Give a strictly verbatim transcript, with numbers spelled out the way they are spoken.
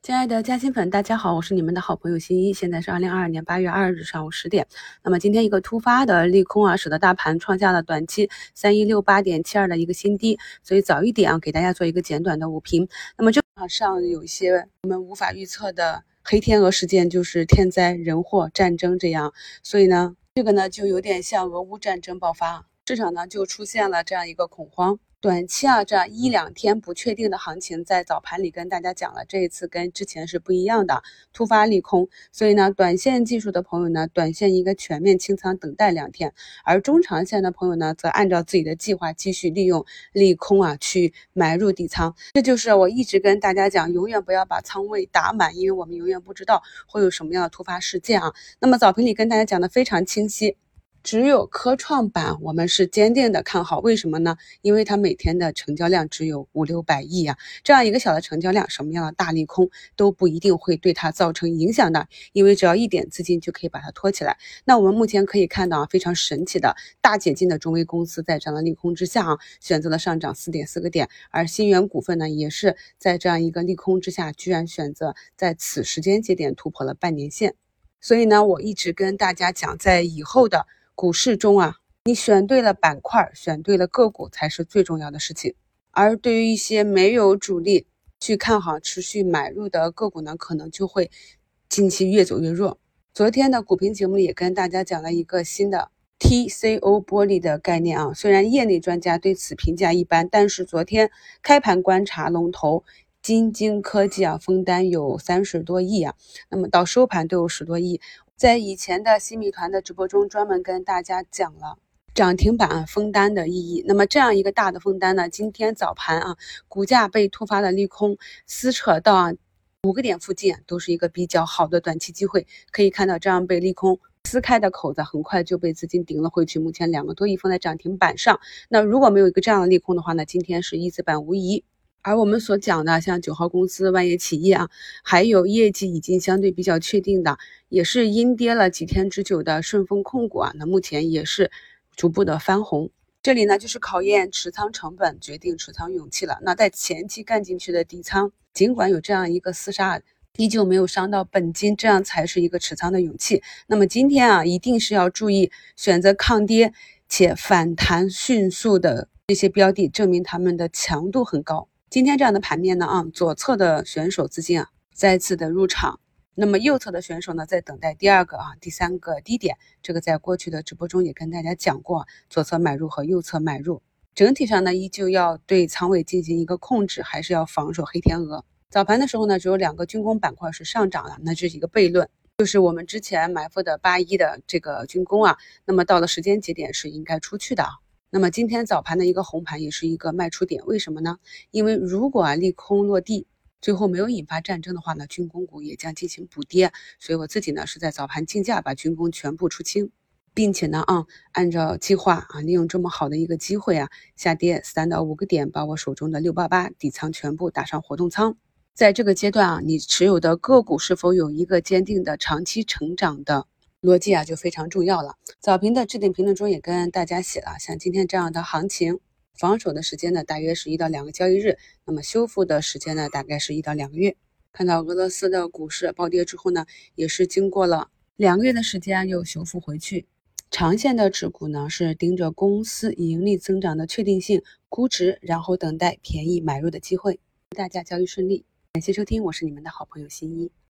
亲爱的嘉兴粉，大家好，我是你们的好朋友新一。现在是二零二二年八月二日上午十点。那么今天一个突发的利空啊，使得大盘创下了短期三一六八点七二的一个新低，所以早一点啊，给大家做一个简短的午评。那么这场上有一些我们无法预测的黑天鹅事件，就是天灾人祸、战争这样，所以呢，这个呢就有点像俄乌战争爆发，市场呢就出现了这样一个恐慌。短期啊，这样一两天不确定的行情，在早盘里跟大家讲了，这一次跟之前是不一样的，突发利空，所以呢，短线技术的朋友呢，短线一个全面清仓等待两天，而中长线的朋友呢，则按照自己的计划继续利用利空啊去买入底仓。这就是我一直跟大家讲，永远不要把仓位打满，因为我们永远不知道会有什么样的突发事件啊。那么早评里跟大家讲的非常清晰。只有科创板我们是坚定的看好，为什么呢？因为它每天的成交量只有五六百亿啊，这样一个小的成交量，什么样的大利空都不一定会对它造成影响的，因为只要一点资金就可以把它托起来。那我们目前可以看到啊，非常神奇的大解禁的中微公司在这样的利空之下啊，选择了上涨 四点四个点，而新源股份呢，也是在这样一个利空之下，居然选择在此时间节点突破了半年线。所以呢，我一直跟大家讲，在以后的股市中啊，你选对了板块，选对了个股才是最重要的事情。而对于一些没有主力去看好持续买入的个股呢，可能就会近期越走越弱。昨天的股评节目里也跟大家讲了一个新的 T C O 玻璃的概念啊，虽然业内专家对此评价一般，但是昨天开盘观察龙头金晶科技啊，封单有三十多亿啊，那么到收盘都有十多亿。在以前的新米团的直播中，专门跟大家讲了涨停板封单的意义。那么这样一个大的封单呢，今天早盘啊，股价被突发的利空撕扯到啊五个点附近，都是一个比较好的短期机会。可以看到，这样被利空撕开的口子，很快就被资金顶了回去。目前两个多亿封在涨停板上。那如果没有一个这样的利空的话呢，今天是一字板无疑。而我们所讲的像九号公司、万业企业啊，还有业绩已经相对比较确定的，也是阴跌了几天之久的顺丰控股啊，那目前也是逐步的翻红。这里呢就是考验持仓成本决定持仓勇气了。那在前期干进去的底仓，尽管有这样一个厮杀，依旧没有伤到本金，这样才是一个持仓的勇气。那么今天啊，一定是要注意选择抗跌且反弹迅速的这些标的，证明它们的强度很高。今天这样的盘面呢啊，左侧的选手资金啊再次的入场，那么右侧的选手呢在等待第二个啊第三个低点，这个在过去的直播中也跟大家讲过，左侧买入和右侧买入。整体上呢依旧要对仓位进行一个控制，还是要防守黑天鹅。早盘的时候呢只有两个军工板块是上涨的，那这是一个悖论，就是我们之前埋伏的八一的这个军工啊，那么到了时间节点是应该出去的啊。那么今天早盘的一个红盘也是一个卖出点，为什么呢？因为如果啊利空落地，最后没有引发战争的话呢，军工股也将进行补跌，所以我自己呢是在早盘竞价把军工全部出清，并且呢啊按照计划啊利用这么好的一个机会啊下跌三到五个点，把我手中的六八八底仓全部打上活动仓。在这个阶段啊，你持有的个股是否有一个坚定的长期成长的逻辑啊，就非常重要了。早评的置顶评论中也跟大家写了，像今天这样的行情，防守的时间呢大约是一到两个交易日，那么修复的时间呢大概是一到两个月。看到俄罗斯的股市暴跌之后呢，也是经过了两个月的时间又修复回去。长线的持股呢是盯着公司盈利增长的确定性、估值，然后等待便宜买入的机会。大家交易顺利，感谢收听，我是你们的好朋友新一。